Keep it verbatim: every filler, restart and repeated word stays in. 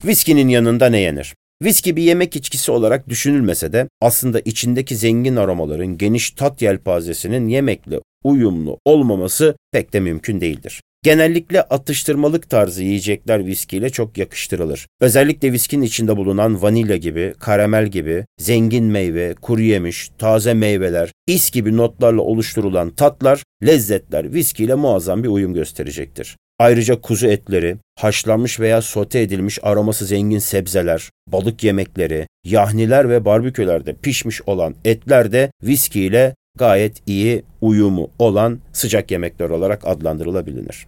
Viskinin yanında ne yenir? Viski bir yemek içkisi olarak düşünülmese de aslında içindeki zengin aromaların geniş tat yelpazesinin yemekle uyumlu olmaması pek de mümkün değildir. Genellikle atıştırmalık tarzı yiyecekler viskiyle çok yakıştırılır. Özellikle viskinin içinde bulunan vanilya gibi, karamel gibi, zengin meyve, kuru yemiş, taze meyveler, is gibi notlarla oluşturulan tatlar, lezzetler viskiyle muazzam bir uyum gösterecektir. Ayrıca kuzu etleri, haşlanmış veya sote edilmiş aroması zengin sebzeler, balık yemekleri, yahniler ve barbekülerde pişmiş olan etler de viskiyle gayet iyi uyumu olan sıcak yemekler olarak adlandırılabilir.